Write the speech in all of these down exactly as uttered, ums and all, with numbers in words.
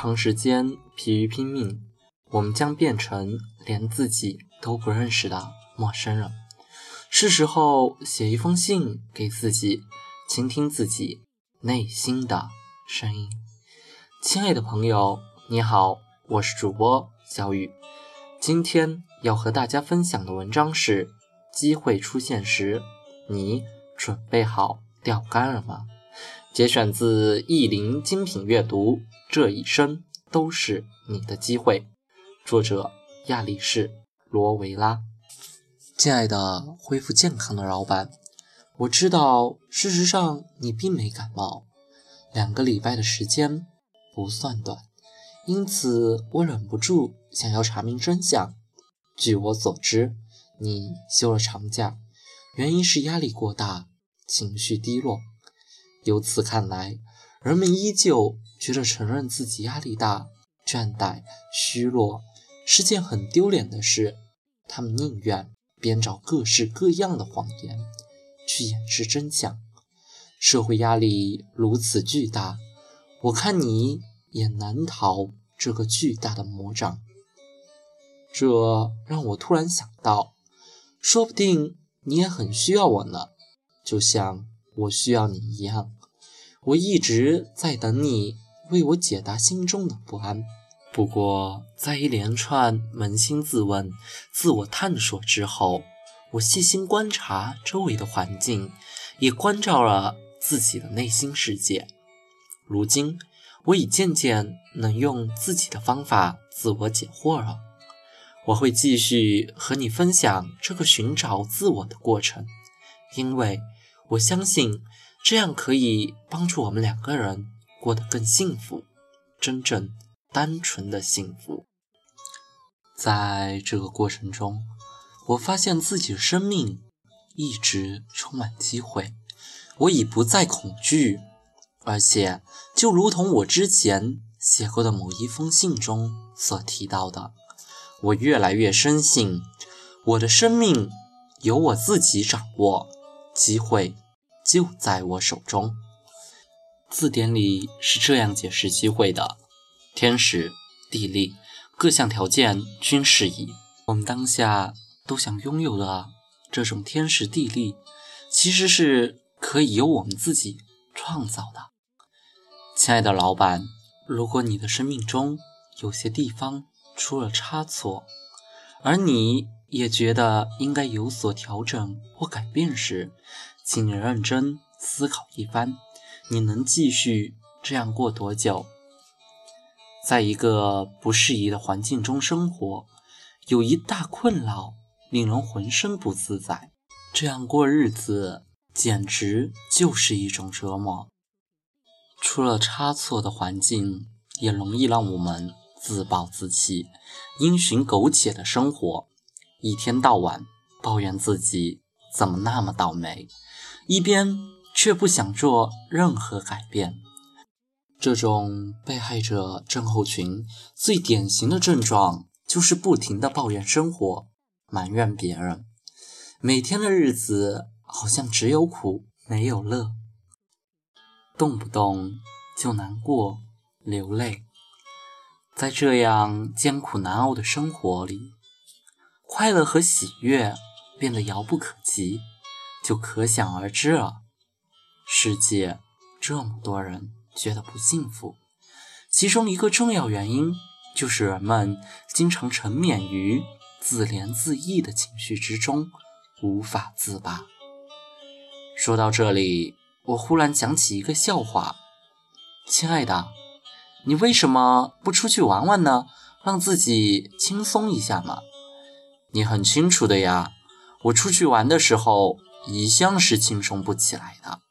长时间疲于拼命，我们将变成连自己都不认识的陌生人。是时候写一封信给自己，倾听自己内心的声音。亲爱的朋友，你好，我是主播小雨。今天要和大家分享的文章是：机会出现时，你准备好钓竿了吗？节选自意林精品阅读，这一生都是你的机会，作者亚里士·罗维拉。亲爱的恢复健康的老板，我知道事实上你并没感冒，两个礼拜的时间不算短，因此我忍不住想要查明真相。据我所知，你休了长假，原因是压力过大，情绪低落。由此看来，人们依旧觉得承认自己压力大、倦怠、虚弱是件很丢脸的事，他们宁愿编造各式各样的谎言去掩饰真相。社会压力如此巨大，我看你也难逃这个巨大的魔掌。这让我突然想到，说不定你也很需要我呢，就像我需要你一样。我一直在等你为我解答心中的不安。不过在一连串扪心自问、自我探索之后，我细心观察周围的环境，也关照了自己的内心世界。如今我已渐渐能用自己的方法自我解惑了。我会继续和你分享这个寻找自我的过程，因为我相信这样可以帮助我们两个人过得更幸福，真正单纯的幸福。在这个过程中，我发现自己的生命一直充满机会，我已不再恐惧，而且就如同我之前写过的某一封信中所提到的，我越来越深信我的生命由我自己掌握，机会就在我手中。字典里是这样解释机会的：天时、地利，各项条件均适宜。我们当下都想拥有的这种天时地利，其实是可以由我们自己创造的。亲爱的老板，如果你的生命中有些地方出了差错，而你也觉得应该有所调整或改变时，请你认真思考一番，你能继续这样过多久？在一个不适宜的环境中生活，有一大困扰令人浑身不自在，这样过日子简直就是一种折磨。出了差错的环境也容易让我们自暴自弃，因循苟且的生活，一天到晚抱怨自己怎么那么倒霉，一边却不想做任何改变。这种被害者症候群最典型的症状就是不停地抱怨生活，埋怨别人，每天的日子好像只有苦没有乐，动不动就难过流泪。在这样艰苦难熬的生活里，快乐和喜悦变得遥不可及，就可想而知了。世界这么多人觉得不幸福，其中一个重要原因就是人们经常沉湎于自怜自艾的情绪之中，无法自拔。说到这里，我忽然想起一个笑话。亲爱的，你为什么不出去玩玩呢？让自己轻松一下嘛。你很清楚的呀，我出去玩的时候一向是轻松不起来的。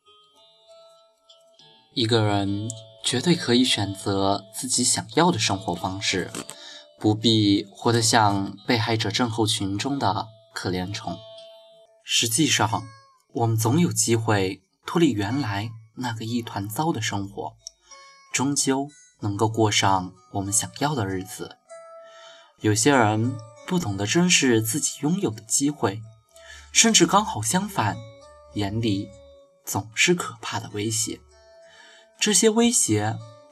一个人绝对可以选择自己想要的生活方式，不必活得像被害者症候群中的可怜虫。实际上，我们总有机会脱离原来那个一团糟的生活，终究能够过上我们想要的日子。有些人不懂得珍视自己拥有的机会，甚至刚好相反，眼里总是可怕的威胁。这些威胁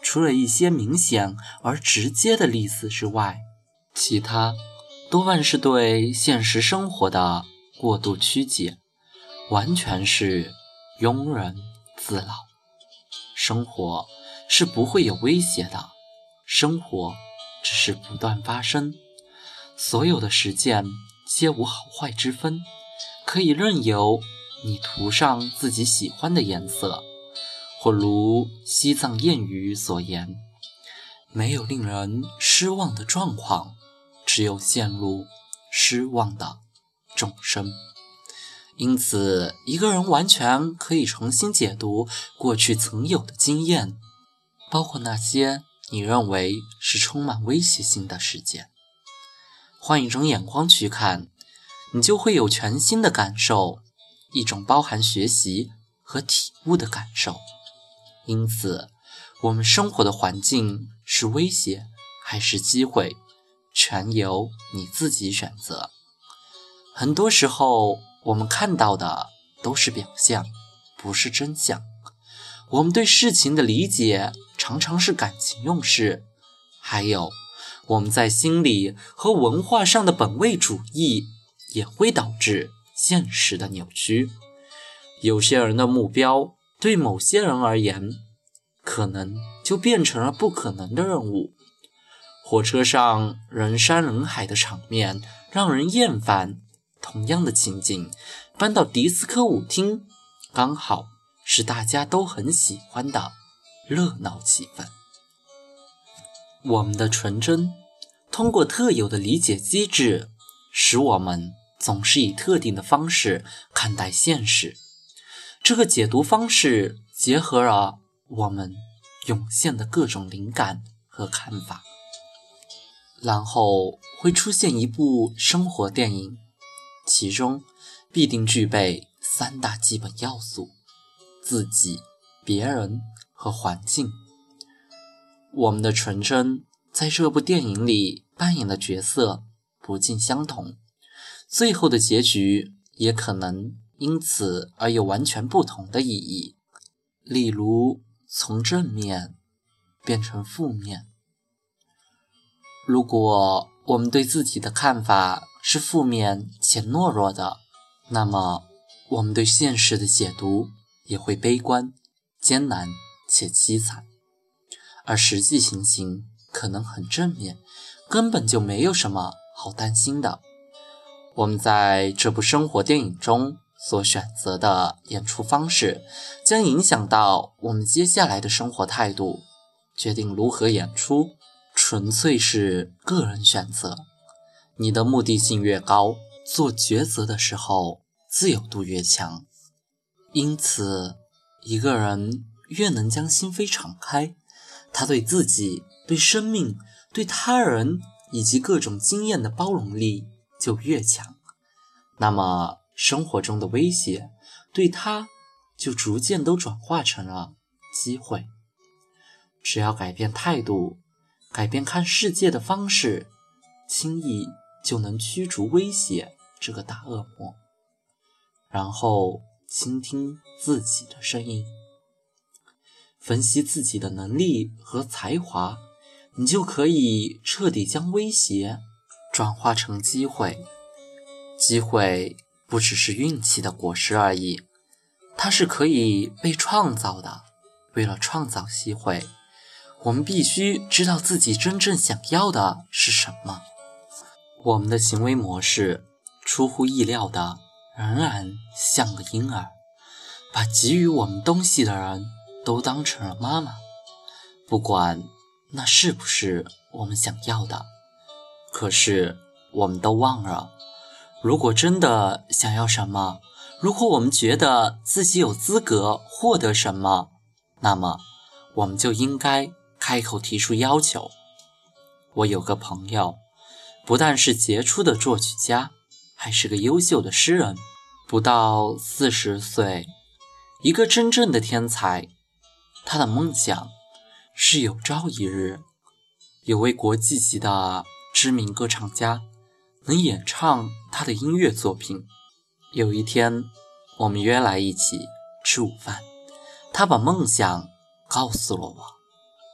除了一些明显而直接的例子之外，其他多半是对现实生活的过度曲解，完全是庸人自扰。生活是不会有威胁的，生活只是不断发生，所有的实践皆无好坏之分，可以任由你涂上自己喜欢的颜色，或如西藏谚语所言，没有令人失望的状况，只有陷入失望的众生。因此，一个人完全可以重新解读过去曾有的经验，包括那些你认为是充满威胁性的事件。换一种眼光去看，你就会有全新的感受，一种包含学习和体悟的感受。因此，我们生活的环境是威胁还是机会，全由你自己选择。很多时候，我们看到的都是表象，不是真相。我们对事情的理解常常是感情用事，还有我们在心理和文化上的本位主义也会导致现实的扭曲。有些人的目标对某些人而言，可能就变成了不可能的任务。火车上人山人海的场面让人厌烦，同样的情景搬到迪斯科舞厅，刚好是大家都很喜欢的热闹气氛。我们的纯真通过特有的理解机制，使我们总是以特定的方式看待现实。这个解读方式结合了我们涌现的各种灵感和看法，然后会出现一部生活电影，其中必定具备三大基本要素：自己、别人和环境。我们的纯真在这部电影里扮演的角色不尽相同，最后的结局也可能因此而有完全不同的意义。例如，从正面变成负面。如果我们对自己的看法是负面且懦弱的，那么我们对现实的解读也会悲观、艰难且凄惨。而实际情形可能很正面，根本就没有什么好担心的。我们在这部生活电影中所选择的演出方式，将影响到我们接下来的生活态度。决定如何演出，纯粹是个人选择。你的目的性越高，做抉择的时候自由度越强。因此，一个人越能将心扉敞开，他对自己、对生命、对他人以及各种经验的包容力就越强。那么生活中的威胁对他就逐渐都转化成了机会。只要改变态度，改变看世界的方式，轻易就能驱逐威胁这个大恶魔。然后倾听自己的声音，分析自己的能力和才华，你就可以彻底将威胁转化成机会。机会不只是运气的果实而已，它是可以被创造的。为了创造机会，我们必须知道自己真正想要的是什么。我们的行为模式出乎意料的仍然像个婴儿，把给予我们东西的人都当成了妈妈，不管那是不是我们想要的。可是我们都忘了，如果真的想要什么，如果我们觉得自己有资格获得什么，那么我们就应该开口提出要求。我有个朋友，不但是杰出的作曲家，还是个优秀的诗人，不到四十岁，一个真正的天才。他的梦想是有朝一日，有位国际级的知名歌唱家能演唱他的音乐作品。有一天，我们约来一起吃午饭，他把梦想告诉了我。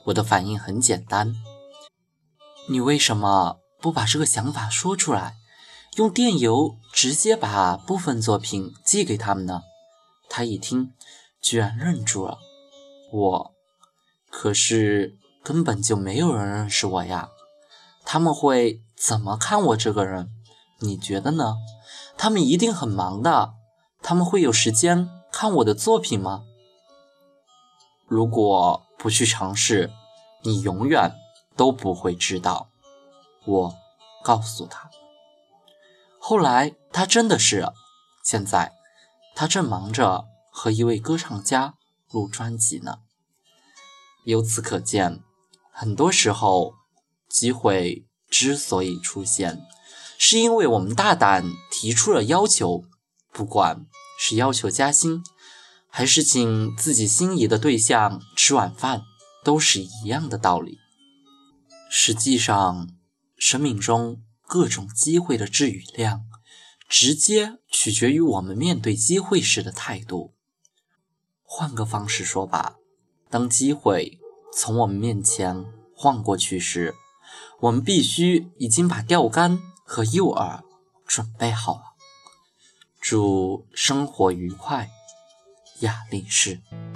我的反应很简单，你为什么不把这个想法说出来，用电邮直接把部分作品寄给他们呢？他一听，居然愣住了。我，可是根本就没有人认识我呀，他们会怎么看我这个人？你觉得呢？他们一定很忙的，他们会有时间看我的作品吗？如果不去尝试，你永远都不会知道。我告诉他。后来他真的是，现在他正忙着和一位歌唱家录专辑呢。由此可见，很多时候机会之所以出现，是因为我们大胆提出了要求，不管是要求加薪，还是请自己心仪的对象吃晚饭，都是一样的道理。实际上，生命中各种机会的质与量，直接取决于我们面对机会时的态度。换个方式说吧，当机会从我们面前晃过去时，我们必须已经把钓竿和诱饵准备好了。祝生活愉快，亚力士。